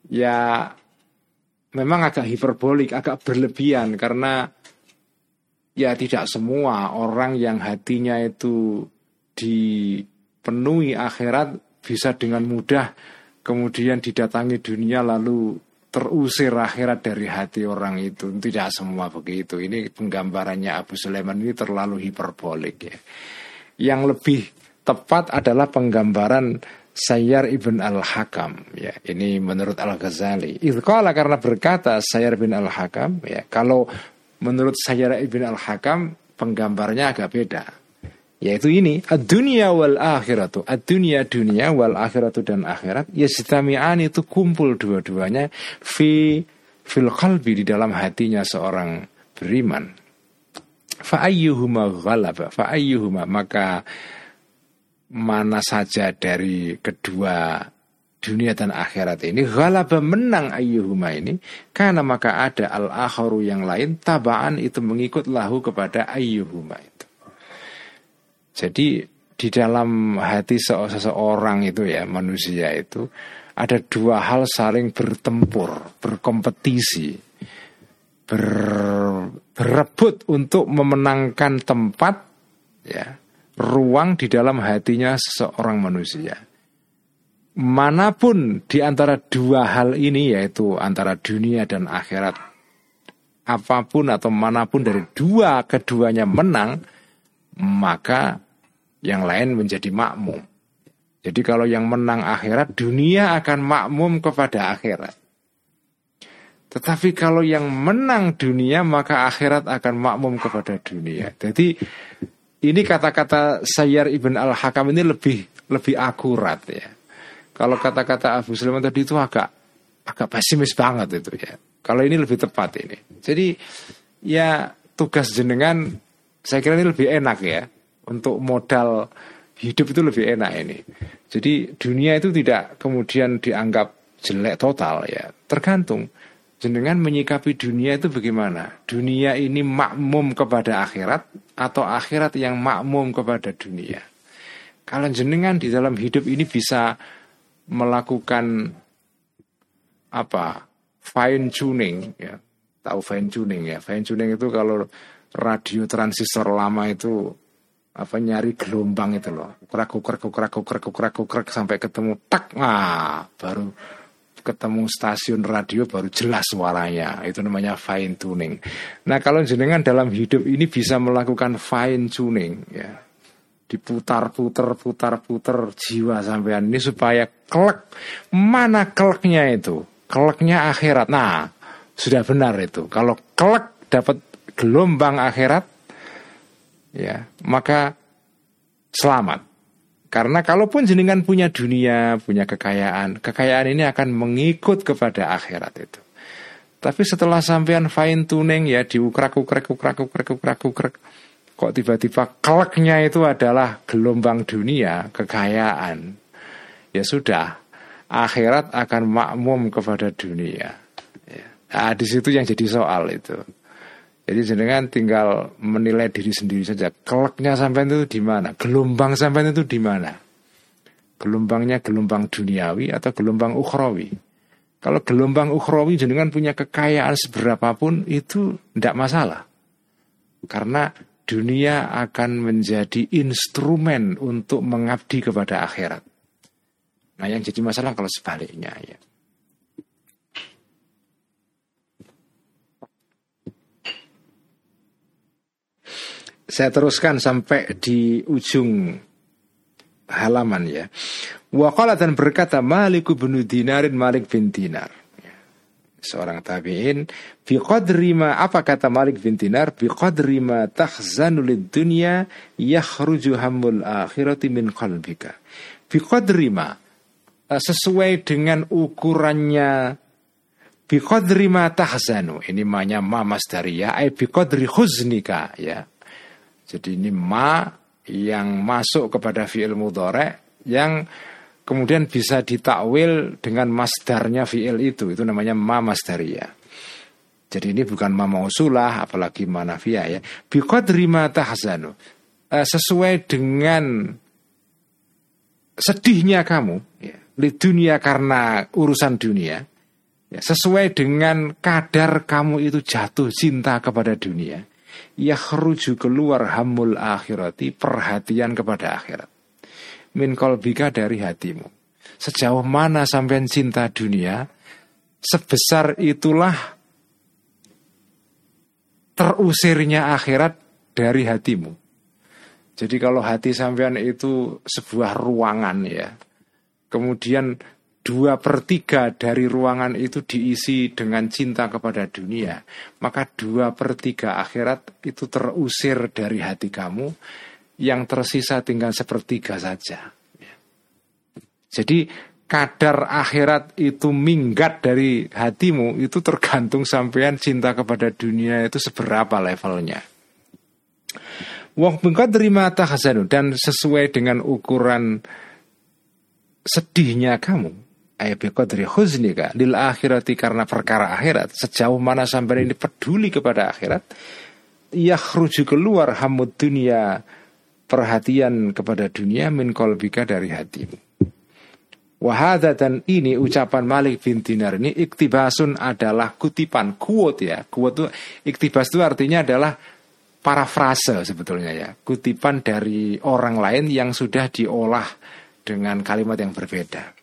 Ya memang agak hiperbolik, agak berlebihan karena Ya tidak semua orang yang hatinya itu dipenuhi akhirat bisa dengan mudah kemudian didatangi dunia lalu terusir akhirat dari hati orang itu. Tidak semua begitu. Ini penggambarannya Abu Sulaiman ini terlalu hiperbolik ya. Yang lebih tepat adalah penggambaran Sayyar ibn al-Hakam ya. Ini menurut Al-Ghazali. Idqala, karena berkata Sayyar bin al-Hakam ya. Kalau menurut Sayyar ibn al-Hakam penggambarnya agak beda. Yaitu ini, ad-dunya wal akhiratu. Ad-dunya dunia wal akhiratu dan akhirat yajtami'an, itu kumpul dua-duanya fil qalbi, di dalam hatinya seorang beriman. Fa ayyuhuma ghalaba, fa ayyuhuma, maka mana saja dari kedua dunia dan akhirat ini ghalaba, menang ayyuhuma ini, karena maka ada al-akharu yang lain tabaan, itu mengikut lahu kepada ayyuhuma itu. Jadi di dalam hati seseorang itu ya, manusia itu ada dua hal saling bertempur, berkompetisi, berebut untuk memenangkan tempat ya, ruang di dalam hatinya seseorang manusia. Manapun di antara dua hal ini, yaitu antara dunia dan akhirat, apapun atau manapun dari keduanya menang, maka yang lain menjadi makmum. Jadi kalau yang menang akhirat, dunia akan makmum kepada akhirat. Tetapi kalau yang menang dunia, maka akhirat akan makmum kepada dunia. Jadi ini kata-kata Sayyar ibn al-Hakam ini lebih akurat ya. Kalau kata-kata Abu Sulaiman tadi itu agak pesimis banget itu ya. Kalau ini lebih tepat ini. Jadi ya tugas jenengan saya kira ini lebih enak ya. Untuk modal hidup itu lebih enak ini. Jadi dunia itu tidak kemudian dianggap jelek total ya. Tergantung jenengan menyikapi dunia itu bagaimana. Dunia ini makmum kepada akhirat atau akhirat yang makmum kepada dunia. Kalau jenengan di dalam hidup ini bisa melakukan fine tuning ya. Tahu fine tuning ya. Fine tuning itu kalau radio transistor lama itu nyari gelombang itu loh, kurak sampai ketemu tak, baru ketemu stasiun radio, baru jelas suaranya. Itu namanya fine tuning. Nah kalau jenengan dalam hidup ini bisa melakukan fine tuning ya, diputar-putar jiwa sampean ini supaya kelek. Mana keleknya itu? Keleknya akhirat. Nah sudah benar itu. Kalau kelek dapat gelombang akhirat ya, maka selamat. Karena kalaupun jenengan punya dunia, punya kekayaan ini akan mengikut kepada akhirat itu. Tapi setelah sampean fine tuning ya, diukrak, kok tiba-tiba keleknya itu adalah gelombang dunia, kekayaan, ya sudah, akhirat akan makmum kepada dunia ya. Nah, di situ yang jadi soal itu. Jadi jenengan tinggal menilai diri sendiri saja. Keleknya sampean itu di mana? Gelombang sampean itu di mana? Gelombangnya gelombang duniawi atau gelombang ukhrawi? Kalau gelombang ukhrawi jenengan punya kekayaan seberapapun itu tidak masalah. Karena dunia akan menjadi instrumen untuk mengabdi kepada akhirat. Nah yang jadi masalah kalau sebaliknya ya. Saya teruskan sampai di ujung halaman ya. Wa qala, dan berkata Malik bin Dinarin, Malik bin Dinar, seorang tabi'in, bi qadri ma, apa kata Malik bin Dinar, bi qadri ma tahzanu lid dunya yakhruju hammul akhirati min qalbika. Bi qadri ma, sesuai dengan ukurannya, bi qadri ma tahzanu, ini ma-nya ma masdariyah, ai bi qadri huznika ya. Jadi ini ma yang masuk kepada fi'il mudhari' yang kemudian bisa ditakwil dengan masdarnya fi'il itu namanya ma masdariyah. Jadi ini bukan ma mausulah apalagi ma nafiyah ya. Bi qadri ma tahzanu, sesuai dengan sedihnya kamu ya, li dunia, karena urusan dunia ya, sesuai dengan kadar kamu itu jatuh cinta kepada dunia. yakhruju keluar hamul akhirati, perhatian kepada akhirat, min qalbika dari hatimu. Sejauh mana sampean cinta dunia, sebesar itulah terusirnya akhirat dari hatimu. Jadi kalau hati sampean itu sebuah ruangan ya, kemudian 2/3 dari ruangan itu diisi dengan cinta kepada dunia, maka 2/3 akhirat itu terusir dari hati kamu, yang tersisa tinggal 1/3 saja. Jadi kadar akhirat itu minggat dari hatimu itu tergantung sampean cinta kepada dunia itu seberapa levelnya. Wa biqadri ma tahzanu, dan sesuai dengan ukuran sedihnya kamu, ay biqadri huznika lil akhirati, karena perkara akhirat, sejauh mana sampai ini peduli kepada akhirat, yakhruju keluar hamud dunia, perhatian kepada dunia, min qalbika dari hatimu. Wahada, dan ini ucapan Malik bin Dinar ini iktibasun, adalah kutipan, quote ya. Quote itu, iktibas itu artinya adalah parafrase sebetulnya ya, kutipan dari orang lain yang sudah diolah dengan kalimat yang berbeda.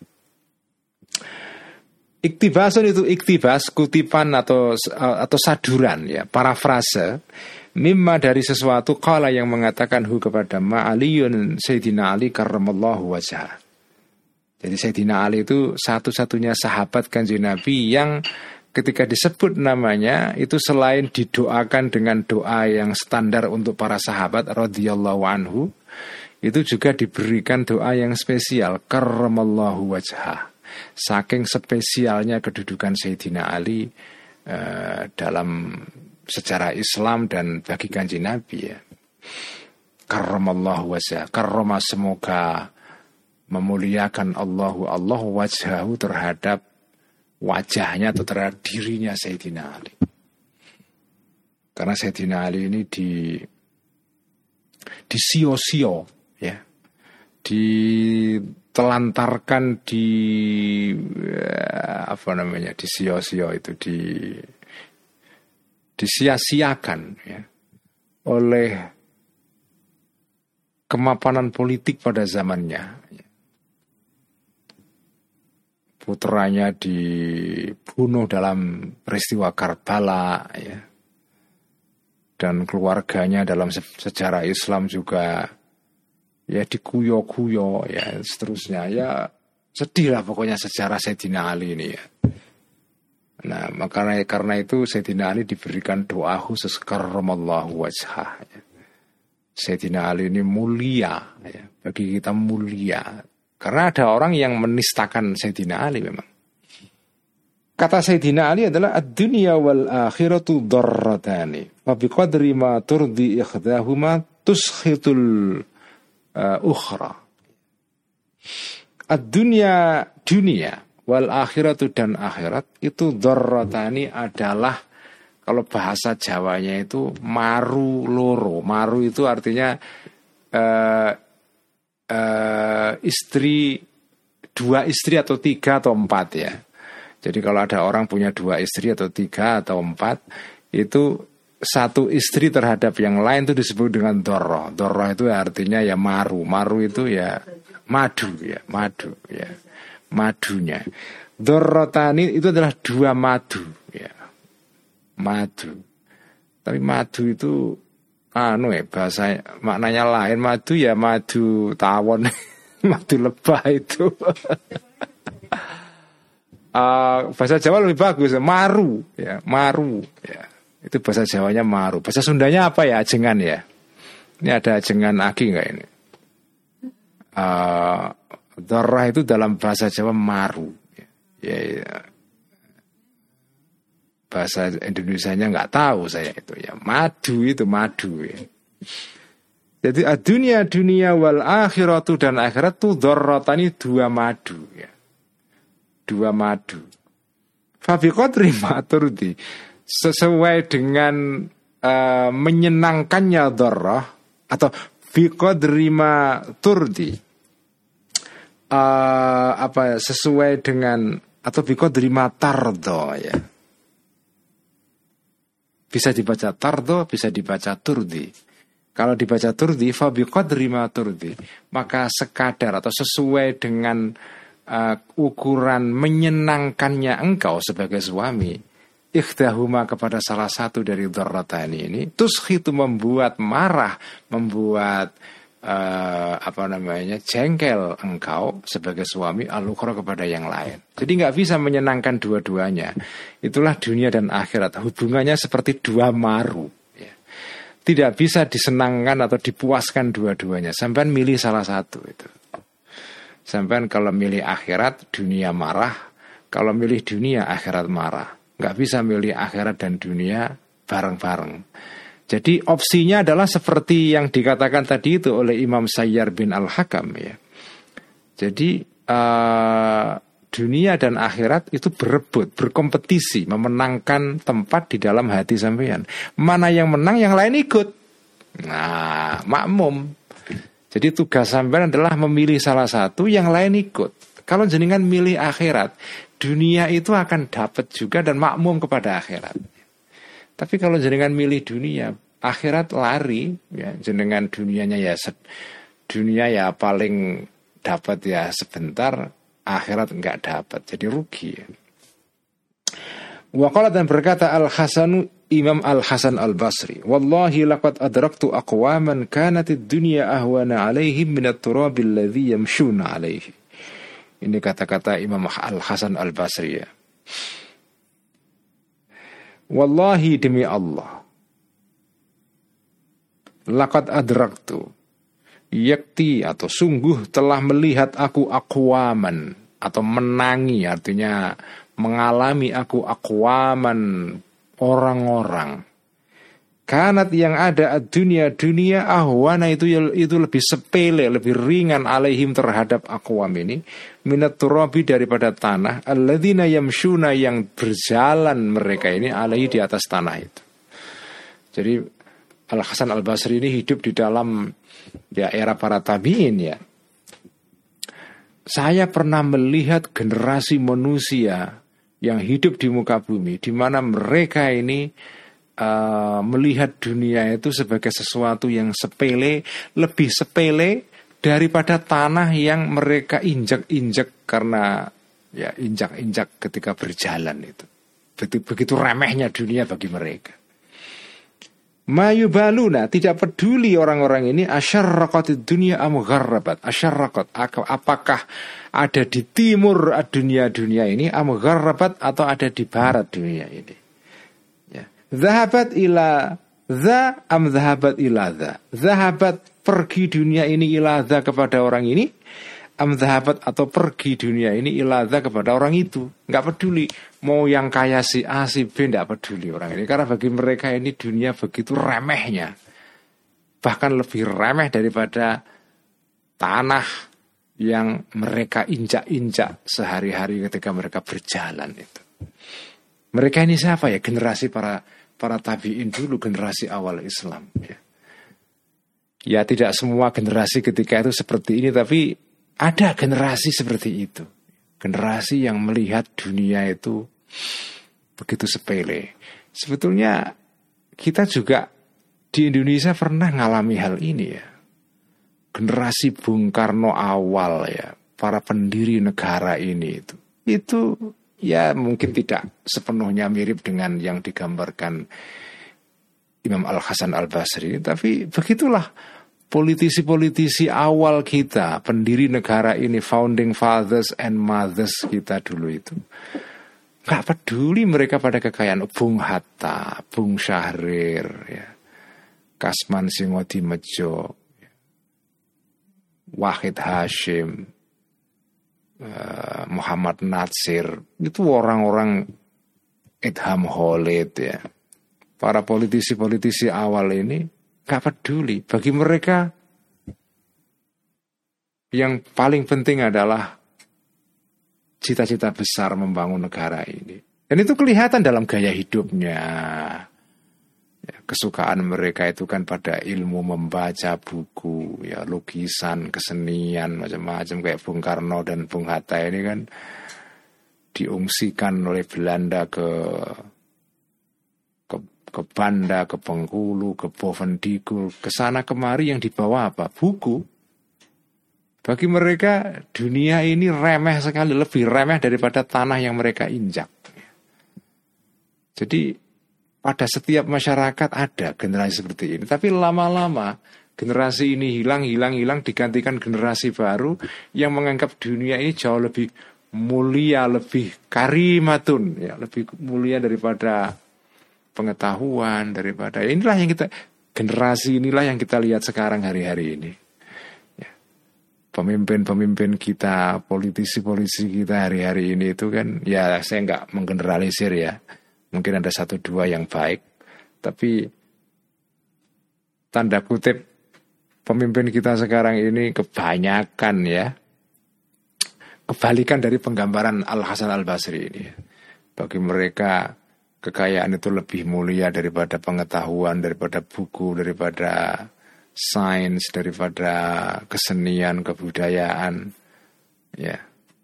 Iktibasun itu iktibas, kutipan atau saduran ya, parafrase, mimma dari sesuatu qala yang mengatakan hu kepada Ma'aliyun Sayyidina Ali karramallahu wajhah. Jadi Sayyidina Ali itu satu-satunya sahabat Kanjeng Nabi yang ketika disebut namanya itu selain didoakan dengan doa yang standar untuk para sahabat radhiyallahu anhu, itu juga diberikan doa yang spesial, karramallahu wajhah. Saking spesialnya kedudukan Sayyidina Ali dalam sejarah Islam dan bagi Kanjeng Nabi ya. Karramallahu wajhah, karrama, semoga memuliakan Allah wajhahu, terhadap wajahnya atau terhadap dirinya Sayyidina Ali. Karena Sayyidina Ali ini disio-sio ya, ditelantarkan, disio-sio itu disia-siakan ya oleh kemapanan politik pada zamannya. Putranya dibunuh dalam peristiwa Karbala ya. Dan keluarganya dalam sejarah Islam juga ya dikuyo-kuyo ya, seterusnya ya, sedih lah pokoknya sejarah Sayyidina Ali ini ya. Nah, karena itu Sayyidina Ali diberikan doa khusus karramallahu wajhah ya. Sayyidina Ali ini mulia ya, bagi kita mulia. Karena ada orang yang menistakan Sayyidina Ali memang. Kata Sayyidina Ali adalah ad-dunya wal akhiratu darratani, fa biqadri ma turdi ikhdahuma tuskhitul ukhra. Ad-dunya, dunia, wal akhiratu, dan akhirat itu darratani adalah, kalau bahasa Jawanya itu maru loro. Maru itu artinya istri, 2 istri atau 3 atau 4 ya. Jadi kalau ada orang punya 2 istri atau 3 atau 4, itu satu istri terhadap yang lain itu disebut dengan dorro. Dorro itu artinya ya maru. Maru itu ya madu ya, madu ya, madunya. Dorrotani itu adalah 2 madu ya, madu. Tapi madu itu bahasa maknanya lain. Madu ya madu tawon, madu lebah itu. Bahasa Jawa lebih bagus, maru ya, maru ya. Itu bahasa Jawanya maru. Bahasa Sundanya apa ya? Ajengan ya. Ini ada ajengan aki enggak ini? Dorah itu dalam bahasa Jawa maru ya. Bahasa Indonesianya nggak tahu saya itu ya. Madu itu madu ya. Jadi dunia wal akhiratu, dan akhirat tuh dorrotani 2 madu ya. 2 madu. Fabiqadri maturdi, sesuai dengan menyenangkannya dorrah, atau biqadri maturdi, sesuai dengan, atau biqadri matardo ya. Bisa dibaca tardo, bisa dibaca turdi. Kalau dibaca turdi, fa biqadri ma turdi, maka sekadar atau sesuai dengan ukuran menyenangkannya engkau sebagai suami. Ikhdahuma kepada salah satu dari dzarratani ini, tuskhitu membuat marah, membuat jengkel engkau sebagai suami al-ukhra kepada yang lain. Jadi nggak bisa menyenangkan dua-duanya. Itulah dunia dan akhirat. Hubungannya seperti dua maru. Ya. Tidak bisa disenangkan atau dipuaskan dua-duanya. Sampean milih salah satu itu. Sampean kalau milih akhirat, dunia marah. Kalau milih dunia, akhirat marah. Nggak bisa milih akhirat dan dunia bareng-bareng. Jadi opsinya adalah seperti yang dikatakan tadi itu oleh Imam Sayyar bin Al-Hakam ya. Jadi dunia dan akhirat itu berebut, berkompetisi, memenangkan tempat di dalam hati sampean. Mana yang menang, yang lain ikut. Nah, makmum. Jadi tugas sampean adalah memilih salah satu, yang lain ikut. Kalau jenengan milih akhirat, dunia itu akan dapat juga dan makmum kepada akhirat. Tapi kalau jenengan milih dunia, akhirat lari, ya jenengan dunianya dunia ya paling dapat ya sebentar, akhirat enggak dapat, jadi rugi. Ya. Waqala dan berkata Imam Al-Hasan Al-Basri, wallahi laqad adraktu aqwaman kanatid dunya ahwana alaihim minat turabil ladzi yamshuna alaihi. Ini kata-kata Imam Al-Hasan Al-Basri ya. Wallahi demi Allah, laqad adraktu, yakti atau sungguh telah melihat aku aqwaman, atau menangi artinya mengalami aku aqwaman, orang-orang. Kanat yang ada dunia ahwana itu lebih sepele, lebih ringan alaihim terhadap aqwam ini, minat turabi daripada tanah, alladzina yamshuna yang berjalan mereka ini alaihi di atas tanah itu. Jadi Al-Hasan Al-Basri ini hidup di dalam ya era para tabi'in ya. Saya pernah melihat generasi manusia yang hidup di muka bumi, di mana mereka ini melihat dunia itu sebagai sesuatu yang sepele, lebih sepele daripada tanah yang mereka injak-injak karena ya injak-injak ketika berjalan itu. Begitu remehnya dunia bagi mereka. Mayubaluna, tidak peduli orang-orang ini asyarraqatid dunya am gharrabat. Asyarraqat, apakah ada di timur dunia ini am gharrabat atau ada di barat dunia ini. Zahabat ila za am zahabat ila za. Zahabat pergi dunia ini ila za kepada orang ini, am zahabat atau pergi dunia ini ila za kepada orang itu. Enggak peduli mau yang kaya si A si B, enggak peduli orang ini, karena bagi mereka ini dunia begitu remehnya. Bahkan lebih remeh daripada tanah yang mereka injak-injak sehari-hari ketika mereka berjalan itu. Mereka ini siapa ya? Generasi para tabi'in dulu, generasi awal Islam ya. Ya tidak semua generasi ketika itu seperti ini, tapi ada generasi seperti itu. Generasi yang melihat dunia itu begitu sepele. Sebetulnya kita juga di Indonesia pernah ngalami hal ini ya. Generasi Bung Karno awal ya, para pendiri negara ini itu ya mungkin tidak sepenuhnya mirip dengan yang digambarkan Imam Al-Hasan Al-Basri, tapi begitulah politisi-politisi awal kita, pendiri negara ini, founding fathers and mothers kita dulu itu. Gak peduli mereka pada kekayaan. Bung Hatta, Bung Syahrir, ya, Kasman Singodimejo, Wahid Hashim, Muhammad Natsir, itu orang-orang Idham Khalid ya. Para politisi-politisi awal ini gak peduli. Bagi mereka yang paling penting adalah cita-cita besar membangun negara ini. Dan itu kelihatan dalam gaya hidupnya. Ya, kesukaan mereka itu kan pada ilmu, membaca buku, ya lukisan, kesenian, macam-macam. Kayak Bung Karno dan Bung Hatta ini kan diungsikan oleh Belanda ke ke Banda, ke Bengkulu, ke Bovendigul, ke sana kemari yang dibawa apa? Buku. Bagi mereka dunia ini remeh sekali, lebih remeh daripada tanah yang mereka injak. Jadi pada setiap masyarakat ada generasi seperti ini. Tapi lama-lama generasi ini hilang, digantikan generasi baru yang menganggap dunia ini jauh lebih mulia, lebih karimatun, ya, lebih mulia daripada pengetahuan, daripada inilah yang kita, generasi inilah yang kita lihat sekarang hari-hari ini. Ya. Pemimpin-pemimpin kita, politisi-politisi kita hari-hari ini itu kan, ya saya nggak menggeneralisir ya. Mungkin ada 1-2 yang baik, tapi tanda kutip pemimpin kita sekarang ini kebanyakan ya kebalikan dari penggambaran Al-Hasan Al-Basri ini. Bagi mereka kekayaan itu lebih mulia daripada pengetahuan, daripada buku, daripada sains, daripada kesenian, kebudayaan. Ya.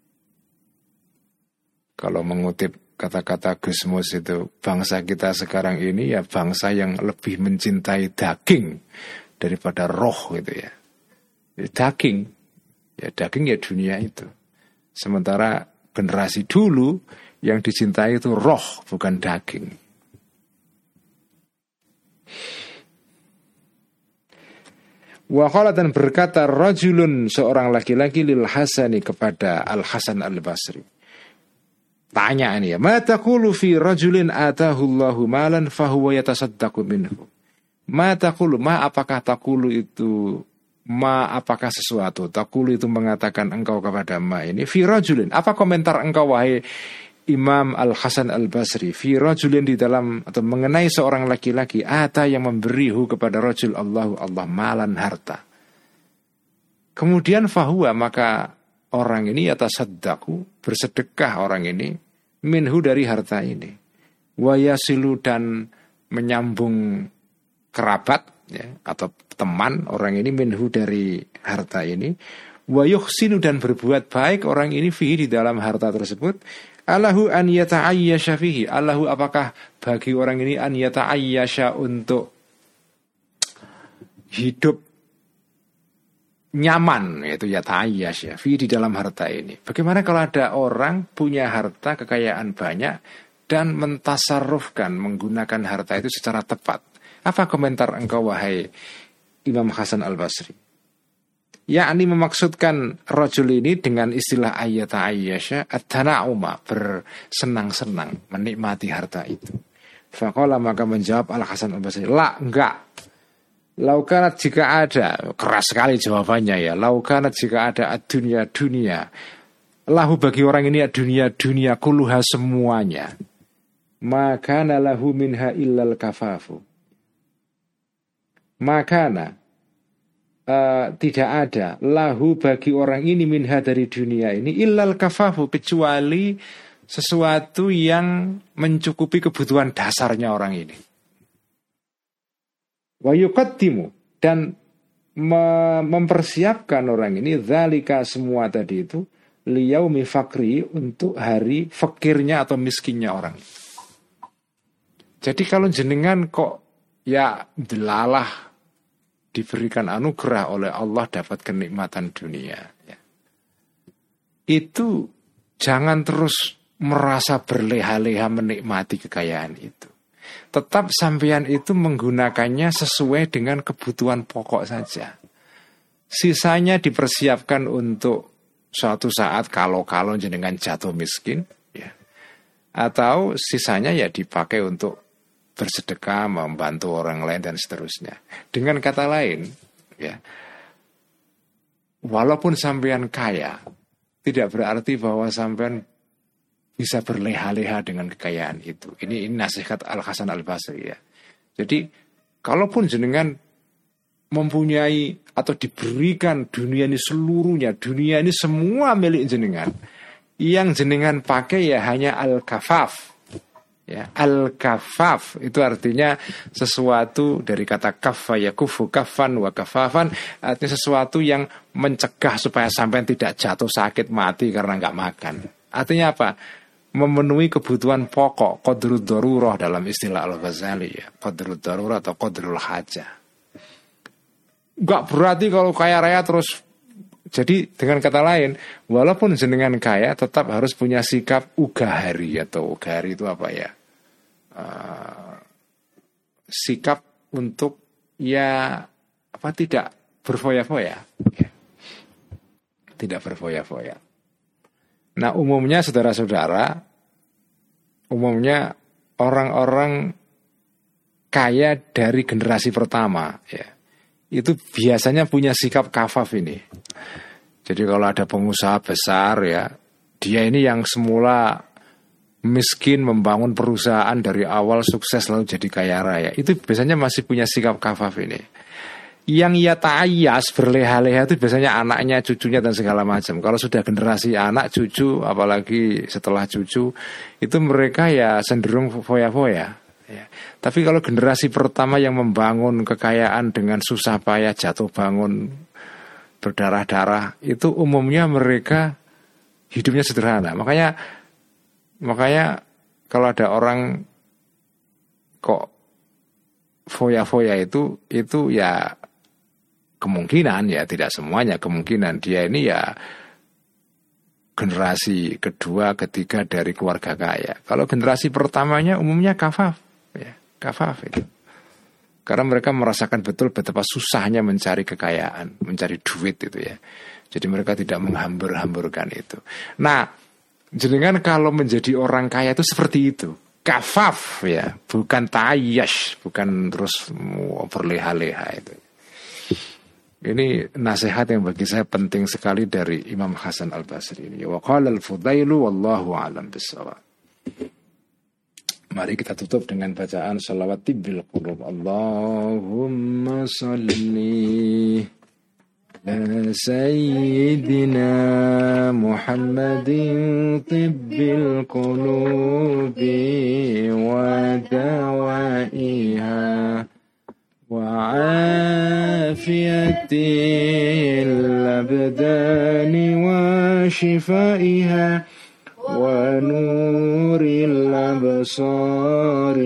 Kalau mengutip kata-kata Gusmus itu, bangsa kita sekarang ini ya bangsa yang lebih mencintai daging daripada roh gitu ya. Daging ya dunia itu. Sementara generasi dulu yang dicintai itu roh, bukan daging. Wa qala, dan berkata rajulun, seorang laki-laki, lil Hasani, kepada Al Hasan Al Basri. Tanya ini ya, ma taqulu fi rajulin atahu Allahu malan fahuwa yatasaddaqu minhu. Ma taqulu, ma apakah taqulu itu, ma apakah sesuatu, taqulu itu mengatakan engkau kepada ma ini, fi rajulin, apa komentar engkau wahai Imam Al Hasan Al Basri, fi rajulin, di dalam atau mengenai seorang laki-laki, ata yang memberihu kepada rajul Allah malan, harta. Kemudian fahuwa, maka orang ini yatasaddaqu, bersedekah orang ini, minhu, dari harta ini, wa yasilu, dan menyambung kerabat ya, atau teman orang ini, minhu, dari harta ini, wa yuhsinu, dan berbuat baik orang ini, fihi, di dalam harta tersebut, Allahu an yata'ayyasha fihi, Allahu apakah bagi orang ini an yata'ayyasha, untuk hidup nyaman, yaitu yata'ayyasha fihi, di dalam harta ini. Bagaimana kalau ada orang punya harta, kekayaan banyak, dan mentasarrufkan, menggunakan harta itu secara tepat? Apa komentar engkau wahai Imam Hasan Al Basri? Yakni memaksudkan rajul ini dengan istilah ayata ayyasha at-tana'uma, bersenang-senang, menikmati harta itu. Faqala, maka menjawab Al Hasan Al Basri, la, enggak. Laukanat, jika ada, keras sekali jawabannya ya, laukanat, jika ada dunia, lahu, bagi orang ini dunia kuluha, semuanya, makana lahu minha illal kafafu, makana tidak ada lahu, bagi orang ini, minha, dari dunia ini, illal kafafu, kecuali sesuatu yang mencukupi kebutuhan dasarnya orang ini. Wa yuqaddimu, dan mempersiapkan orang ini, dzalika, semua tadi itu, liyaumi fakri, untuk hari fakirnya atau miskinnya orang. Jadi kalau jenengan kok ya delalah diberikan anugerah oleh Allah dapat kenikmatan dunia ya, itu jangan terus merasa berleha-leha menikmati kekayaan itu. Tetap sampean itu menggunakannya sesuai dengan kebutuhan pokok saja. Sisanya dipersiapkan untuk suatu saat kalau jenengan jatuh miskin ya. Atau sisanya ya dipakai untuk bersedekah, membantu orang lain, dan seterusnya. Dengan kata lain ya, walaupun sampean kaya, tidak berarti bahwa sampean bisa berleha-leha dengan kekayaan itu. Ini nasihat Al Hasan Al Basri ya. Jadi kalaupun jenengan mempunyai atau diberikan dunia ini seluruhnya, dunia ini semua milik jenengan, yang jenengan pakai ya hanya al-kafaf. Ya, al-kafaf itu artinya sesuatu dari kata kaffa yakufu kaffan wa kafafan, artinya sesuatu yang mencegah supaya sampai tidak jatuh sakit mati karena nggak makan. Artinya apa? memenuhi kebutuhan pokok, qadrud darurah dalam istilah Al-Ghazali ya, qadrud darurah atau qadrul hajah. Enggak berarti kalau kaya raya terus. Jadi dengan kata lain, walaupun jenengan kaya tetap harus punya sikap ugahari, atau ugahari itu apa ya? Sikap untuk ya apa, tidak berfoya-foya ya. Tidak berfoya-foya. Nah umumnya saudara-saudara, umumnya orang-orang kaya dari generasi pertama ya, itu biasanya punya sikap kafaf ini. Jadi kalau ada pengusaha besar ya, dia ini yang semula miskin membangun perusahaan dari awal sukses lalu jadi kaya raya, itu biasanya masih punya sikap kafaf ini. Yang ia ta'ayas berleha-leha itu biasanya anaknya, cucunya dan segala macam. Kalau sudah generasi anak, cucu, apalagi setelah cucu, itu mereka ya cenderung foya-foya ya. Tapi kalau generasi pertama yang membangun kekayaan dengan susah payah, jatuh bangun, berdarah-darah, itu umumnya mereka hidupnya sederhana. Makanya kalau ada orang kok foya-foya itu ya kemungkinan ya, tidak semuanya, kemungkinan dia ini ya generasi kedua, ketiga dari keluarga kaya. Kalau generasi pertamanya umumnya kafaf ya, kafaf itu. Karena mereka merasakan betul betapa susahnya mencari kekayaan, mencari duit itu ya. Jadi mereka tidak menghambur-hamburkan itu. Nah, jenengan kalau menjadi orang kaya itu seperti itu, kafaf ya, bukan tayash, bukan terus berleha-leha itu. Ini nasihat yang bagi saya penting sekali dari Imam Hasan Al-Basri ini. Wa qala al-Fudailu wallahu a'lam bissawab. Mari kita tutup dengan bacaan salawat tibbil qulub. Allahumma salli ala sayyidina Muhammadin tibbil qulubi wa dawaiha وعافية الأبدان وشفائها ونور الأبصار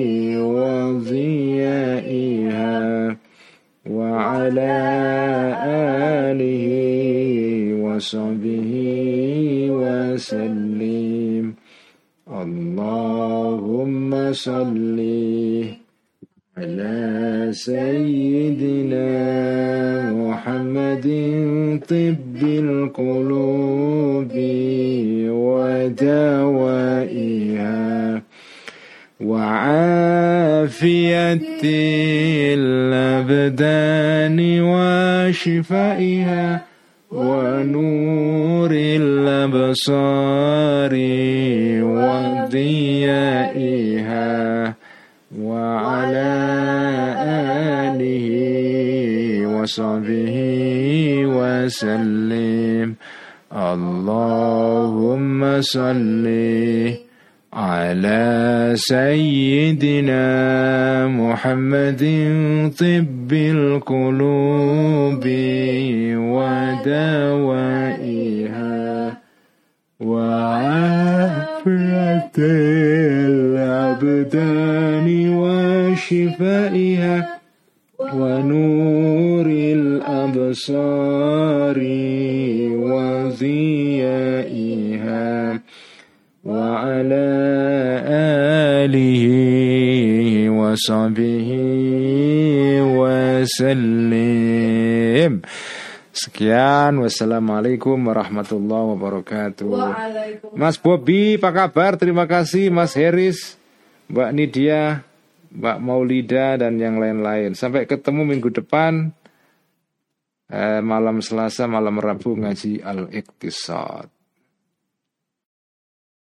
وضيائها وعلى آله وصحبه وسلم اللهم صل على سيدنا محمد طب القلوب ودوائها وعافية الأبدان وشفائها ونور الأبصار وضيائها وعلى آله وصحبه وسلم اللهم صل على سيدنا محمد طب القلوب ودوائها وعافية الأبدان وشفائها ونور الأبصار وضيائها وعلى آله وصحبه وسلم. Sekian, wassalamualaikum warahmatullahi wabarakatuh. Mas Bobi, apa kabar? Terima kasih Mas Heris, Mbak Nidia, Mbak Maulida, dan yang lain-lain. Sampai ketemu minggu depan, malam Selasa, malam Rabu ngaji Al-Iqtisad.